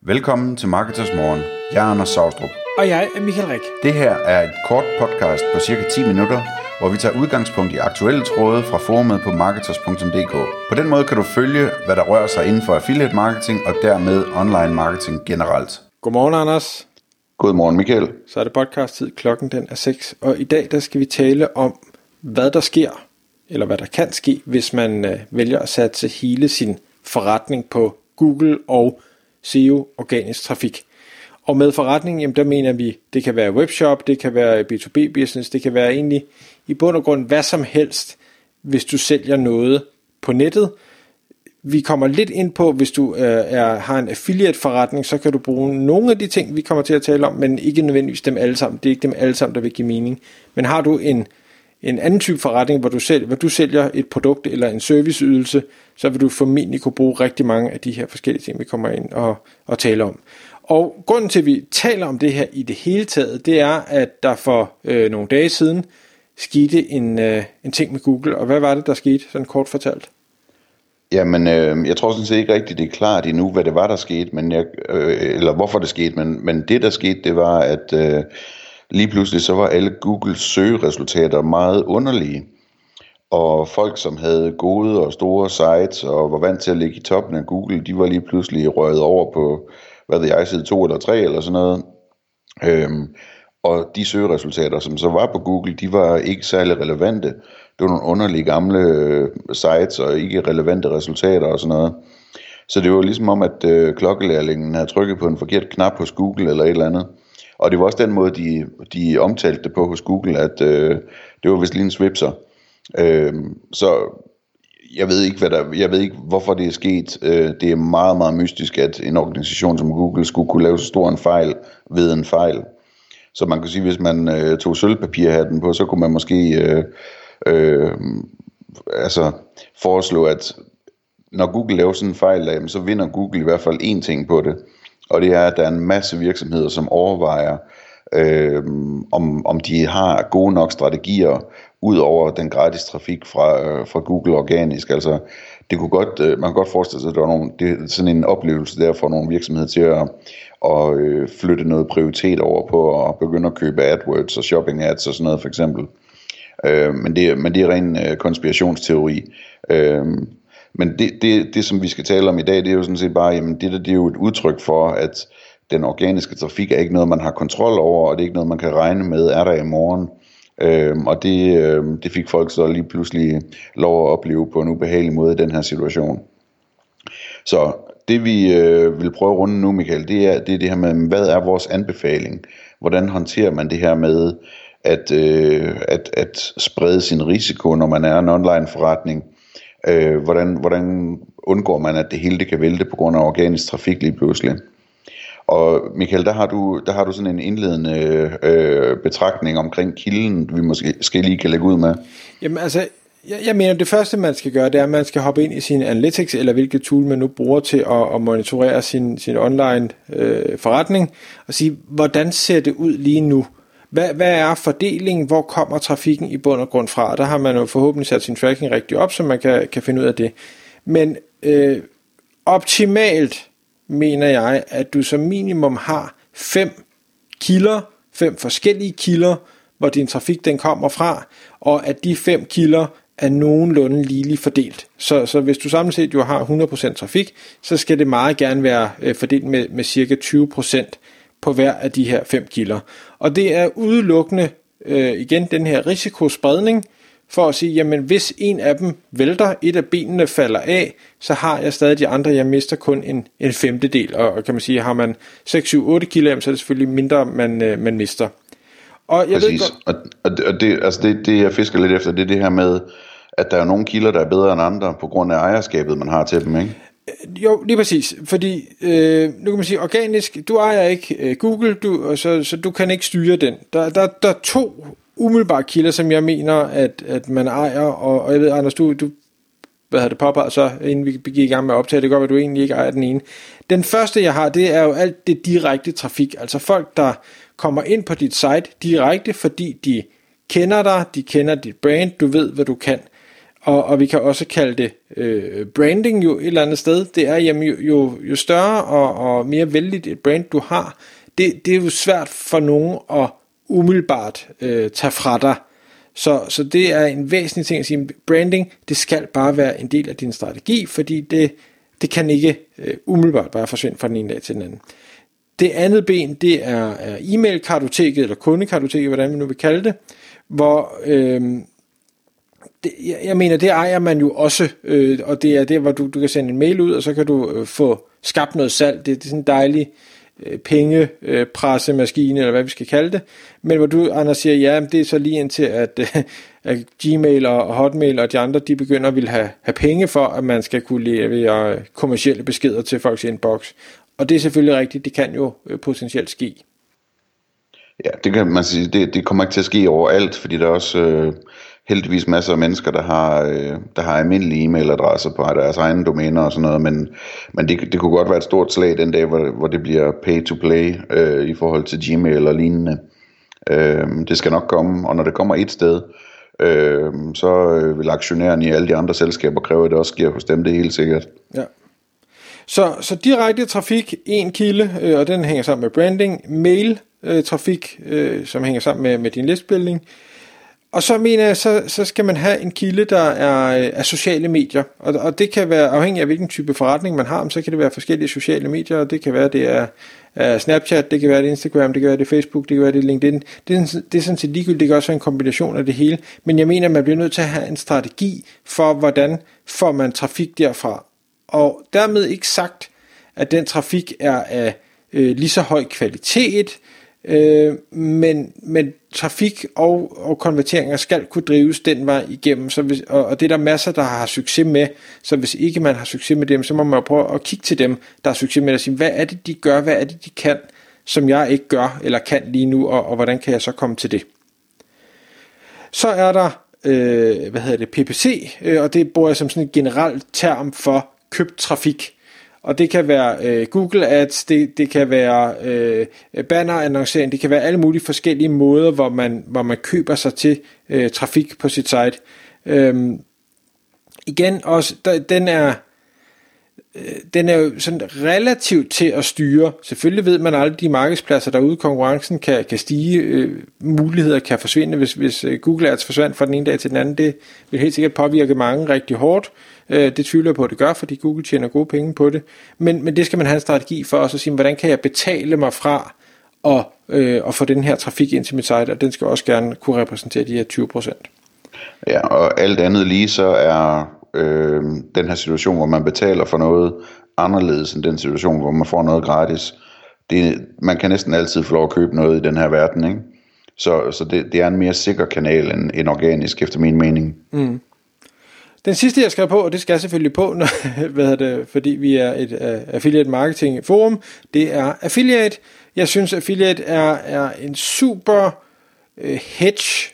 Velkommen til Marketers Morgen. Jeg er Anders Saustrup. Og jeg er Michael Rik. Det her er et kort podcast på cirka 10 minutter, hvor vi tager udgangspunkt i aktuelle tråde fra forumet på marketers.dk. På den måde kan du følge, hvad der rører sig inden for affiliate marketing og dermed online marketing generelt. Godmorgen, Anders. Godmorgen, Michael. Så er det podcast-tid. Klokken den er 6. Og i dag der skal vi tale om, hvad der sker, eller hvad der kan ske, hvis man vælger at satse hele sin forretning på Google og SEO, organisk trafik. Og med forretning, jamen der mener vi, det kan være webshop, det kan være B2B business, det kan være egentlig i bund og grund hvad som helst, hvis du sælger noget på nettet. Vi kommer lidt ind på, hvis du har en affiliate forretning, så kan du bruge nogle af de ting, vi kommer til at tale om, men ikke nødvendigvis dem alle sammen. Det er ikke dem alle sammen, der vil give mening. Men har du en anden type forretning, hvor du sælger et produkt eller en serviceydelse, så vil du formentlig kunne bruge rigtig mange af de her forskellige ting, vi kommer ind og taler om. Og grunden til, at vi taler om det her i det hele taget, det er, at der for nogle dage siden skete en ting med Google. Og hvad var det, der skete, sådan kort fortalt? Jamen, jeg tror sådan set ikke rigtigt, det er klart endnu, hvad det var, der skete, men eller hvorfor det skete, men det, der skete, det var, at lige pludselig så var alle Googles søgeresultater meget underlige. Og folk, som havde gode og store sites og var vant til at ligge i toppen af Google, de var lige pludselig røget over på, hvad ved jeg, side 2 eller 3 eller sådan noget. Og de søgeresultater, som så var på Google, de var ikke særlig relevante. Det var nogle underlige gamle sites og ikke relevante resultater og sådan noget. Så det var ligesom om, at klokkelærlingen havde trykket på en forkert knap hos Google eller et eller andet. Og det var også den måde, de omtalte det på hos Google, at det var vist lige en swipser. Så jeg ved ikke, hvorfor det er sket. Det er meget, meget mystisk, at en organisation som Google skulle kunne lave så stor en fejl ved en fejl. Så man kan sige, hvis man tog sølvpapirhatten på, så kunne man måske foreslå, at når Google laver sådan en fejl, så vinder Google i hvert fald én ting på det. Og det er, at der er en masse virksomheder, som overvejer, om de har gode nok strategier ud over den gratis trafik fra Google organisk. Altså, det kunne godt, man kan godt forestille sig, at der var sådan en oplevelse der for nogle virksomheder til at flytte noget prioritet over på at begynde at købe AdWords og shopping ads og sådan noget for eksempel. Men det er ren konspirationsteori. Men det som vi skal tale om i dag, det er jo sådan set bare, jamen det er jo et udtryk for, at den organiske trafik er ikke noget, man har kontrol over, og det er ikke noget, man kan regne med, er der i morgen. Og det fik folk så lige pludselig lov at opleve på en ubehagelig måde i den her situation. Så det vi vil prøve at runde nu, Michael, det er det her med, hvad er vores anbefaling? Hvordan håndterer man det her med at sprede sin risiko, når man er en online forretning? Hvordan undgår man, at det hele det kan vælte på grund af organisk trafik lige pludselig? Og Michael, der har du sådan en indledende betragtning omkring kilden, vi måske lige kan lægge ud med. Jamen altså, jeg mener, det første man skal gøre, det er, at man skal hoppe ind i sin analytics, eller hvilket tool man nu bruger til at monitorere sin online forretning, og sige, hvordan ser det ud lige nu? Hvad er fordelingen? Hvor kommer trafikken i bund og grund fra? Der har man jo forhåbentlig sat sin tracking rigtig op, så man kan finde ud af det. Men optimalt mener jeg, at du som minimum har 5 forskellige kilder, hvor din trafik den kommer fra, og at de 5 kilder er nogenlunde ligeligt fordelt. Så hvis du samlet set jo har 100% trafik, så skal det meget gerne være fordelt med cirka 20% på hver af de her 5 kilder. Og det er udelukkende igen den her risikospredning, for at sige, jamen hvis en af dem vælter, et af benene falder af, så har jeg stadig de andre, jeg mister kun en femtedel. Og kan man sige, har man 6, 7, 8 kilo, så er det selvfølgelig mindre, man mister. Og jeg Præcis, og det jeg fisker lidt efter, det er det her med, at der er nogle kilder, der er bedre end andre, på grund af ejerskabet, man har til dem, ikke? Jo, lige præcis, fordi nu kan man sige, organisk, du ejer ikke Google, så du kan ikke styre den. Der er 2 umiddelbare kilder, som jeg mener, at man ejer, og jeg ved, Anders, du hvad havde det påpeget så, inden vi gik i gang med at optage, det går, at du egentlig ikke ejer den ene. Den første, jeg har, det er jo alt det direkte trafik, altså folk, der kommer ind på dit site direkte, fordi de kender dig, de kender dit brand, du ved, hvad du kan. og vi kan også kalde det branding jo et eller andet sted. Det er jamen, jo større og mere vældigt et brand du har, det er jo svært for nogen at umiddelbart tage fra dig. Så det er en væsentlig ting at sige. Branding, det skal bare være en del af din strategi, fordi det kan ikke umiddelbart bare forsvinde fra den ene dag til den anden. Det andet ben, det er e-mail-kartoteket, eller kundekartoteket, hvordan vi nu vil kalde det, hvor jeg mener, det ejer man jo også, og det er der, hvor du kan sende en mail ud, og så kan du få skabt noget salg. Det er sådan en dejlig pengepressemaskine, eller hvad vi skal kalde det, men hvor du, Anders, siger, ja, det er så lige indtil, at Gmail og Hotmail og de andre, de begynder at ville have penge for, at man skal kunne levere kommercielle beskeder til folks inbox. Og det er selvfølgelig rigtigt, det kan jo potentielt ske. Ja, det kan man sige, det kommer ikke til at ske overalt, fordi der er også heldigvis masser af mennesker, der har almindelige e-mailadresser på deres egne domæner og sådan noget, men det kunne godt være et stort slag den dag, hvor det bliver pay to play i forhold til Gmail og lignende. Det skal nok komme, og når det kommer et sted, så vil aktionærerne i alle de andre selskaber kræve, at det også sker hos dem, det er helt sikkert. Ja. Så direkte trafik, en kilde, og den hænger sammen med branding, mail trafik, som hænger sammen med din listbuilding. Og så mener jeg, så skal man have en kilde, der er sociale medier. Og det kan være afhængig af, hvilken type forretning man har, så kan det være forskellige sociale medier, og det kan være, det er Snapchat, det kan være det Instagram, det kan være det Facebook, det kan være det LinkedIn. Det er sådan set ligegyldigt, det kan også være en kombination af det hele. Men jeg mener, at man bliver nødt til at have en strategi for, hvordan får man trafik derfra. Og dermed ikke sagt, at den trafik er af lige så høj kvalitet, men trafik og konverteringer skal kunne drives den vej igennem, og det er der masser, der har succes med, så hvis ikke man har succes med dem, så må man prøve at kigge til dem, der har succes med det, og sige, hvad er det, de gør, hvad er det, de kan, som jeg ikke gør, eller kan lige nu, og hvordan kan jeg så komme til det. Så er der, PPC, og det bruger jeg som sådan en generel term for købt trafik. Og det kan være Google Ads, det kan være bannerannoncering, det kan være alle mulige forskellige måder, hvor man køber sig til trafik på sit site. Igen også, den er jo sådan relativt til at styre. Selvfølgelig ved man aldrig, de markedspladser derude, konkurrencen kan stige, muligheder kan forsvinde, hvis Google Ads forsvandt fra den ene dag til den anden. Det vil helt sikkert påvirke mange rigtig hårdt. Det tvivler jeg på, at det gør, fordi Google tjener gode penge på det. Men det skal man have en strategi for også at sige, hvordan kan jeg betale mig fra at få den her trafik ind til mit site, og den skal også gerne kunne repræsentere de her 20%. Ja, og alt andet lige så er den her situation, hvor man betaler for noget anderledes end den situation, hvor man får noget gratis. Man kan næsten altid få lov at købe noget i den her verden, ikke? Så det er en mere sikker kanal end organisk, efter min mening. Mm. Den sidste, jeg skrev på, og det skal jeg selvfølgelig på, fordi vi er et affiliate marketing forum, det er affiliate. Jeg synes, affiliate er en super hedge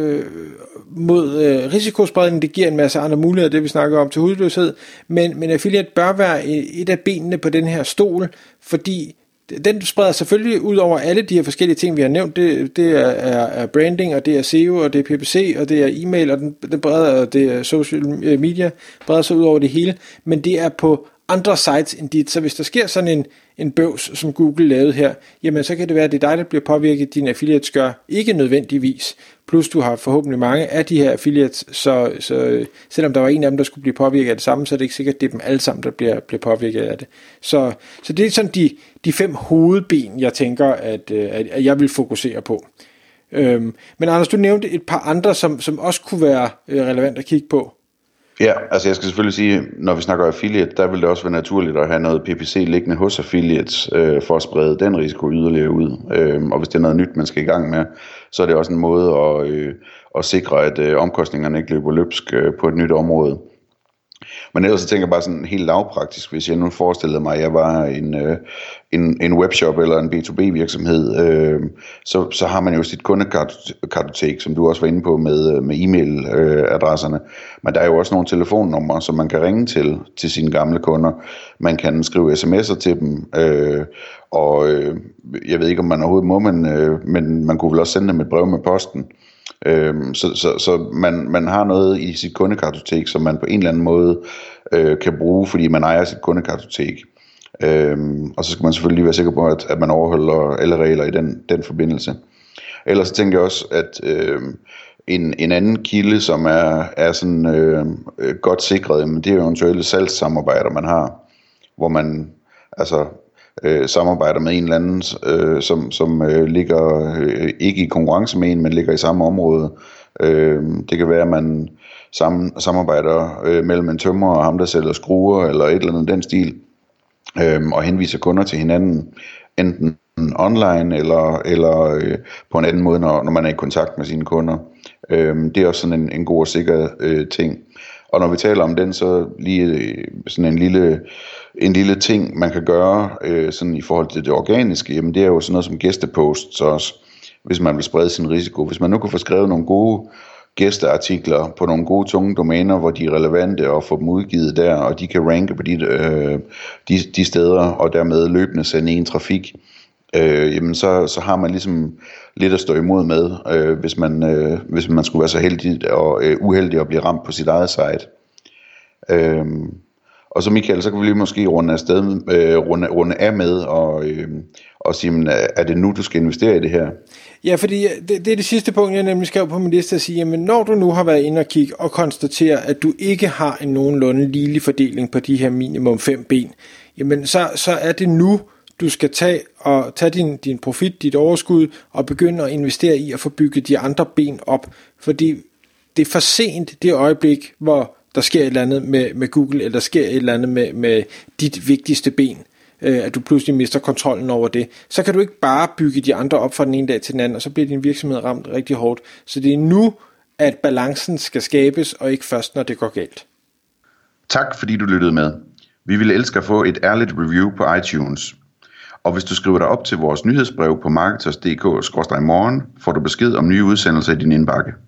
mod risikospredning. Det giver en masse andre muligheder, det vi snakker om til hudløshed, men affiliate bør være et af benene på den her stol, fordi den spreder selvfølgelig ud over alle de her forskellige ting, vi har nævnt. Det er branding, og det er SEO, og det er PPC, og det er e-mail, og den breder, og det er social media, breder sig ud over det hele, men det er på andre sites end dit. Så hvis der sker sådan en bøvs, som Google lavede her, jamen så kan det være, at det er dig, der bliver påvirket, dine affiliates gør ikke nødvendigvis. Plus du har forhåbentlig mange af de her affiliates, så selvom der var en af dem, der skulle blive påvirket af det samme, så er det ikke sikkert, at det er dem alle sammen, der bliver påvirket af det. Så det er sådan de 5 hovedben, jeg tænker, at jeg vil fokusere på. Men Anders, du nævnte et par andre, som også kunne være relevant at kigge på. Ja, altså jeg skal selvfølgelig sige, når vi snakker affiliate, der vil det også være naturligt at have noget PPC liggende hos affiliates, for at sprede den risiko yderligere ud. Og hvis det er noget nyt, man skal i gang med, så er det også en måde at sikre, at omkostningerne ikke løber løbsk på et nyt område. Men ellers så tænker jeg bare sådan helt lavpraktisk, hvis jeg nu forestillede mig, at jeg var en webshop eller en B2B virksomhed, så har man jo sit kundekartotek, som du også var inde på med e-mailadresserne. Men der er jo også nogle telefonnumre, som man kan ringe til sine gamle kunder. Man kan skrive sms'er til dem, og jeg ved ikke, om man overhovedet må, men man kunne vel også sende dem et brev med posten. Så man har noget i sit kundekartotek, som man på en eller anden måde kan bruge, fordi man ejer sit kundekartotek. Og så skal man selvfølgelig lige være sikker på, at man overholder alle regler i den forbindelse. Ellers så tænker jeg også, at en anden kilde, som er sådan godt sikret, men det er jo eventuelle salgssamarbejder, man har, hvor man altså samarbejder med en eller anden, som ligger ikke i konkurrence med en, men ligger i samme område. Det kan være, at man samarbejder mellem en tømrer og ham, der sælger skruer, eller et eller andet den stil, og henviser kunder til hinanden, enten online eller på en anden måde, når man er i kontakt med sine kunder. Det er også sådan en god og sikker ting. Og når vi taler om den, så lige sådan en lille ting, man kan gøre sådan i forhold til det organiske, jamen det er jo sådan noget som gæsteposts også, hvis man vil sprede sin risiko. Hvis man nu kan få skrevet nogle gode gæsteartikler på nogle gode tunge domæner, hvor de er relevante, og få dem udgivet der, og de kan ranke på de steder, og dermed løbende sende en trafik, jamen så har man ligesom lidt at stå imod med, hvis man skulle være så heldig og uheldig at blive ramt på sit eget site. Og så Michael, så kan vi lige måske runde af med og sige, men er det nu, du skal investere i det her? Ja, fordi det er det sidste punkt, jeg nemlig skrev på min liste at sige, jamen når du nu har været inde og kigge og konstaterer, at du ikke har en nogenlunde ligelig fordeling på de her minimum 5 ben, jamen så er det nu, du skal tage din profit, dit overskud, og begynde at investere i at få bygget de andre ben op, fordi det er for sent det øjeblik, hvor der sker et eller andet med Google, eller der sker et eller andet med dit vigtigste ben, at du pludselig mister kontrollen over det, så kan du ikke bare bygge de andre op fra den ene dag til den anden, og så bliver din virksomhed ramt rigtig hårdt. Så det er nu, at balancen skal skabes, og ikke først, når det går galt. Tak fordi du lyttede med. Vi ville elske at få et ærligt review på iTunes. Og hvis du skriver dig op til vores nyhedsbrev på marketers.dk/morgen, får du besked om nye udsendelser i din indbakke.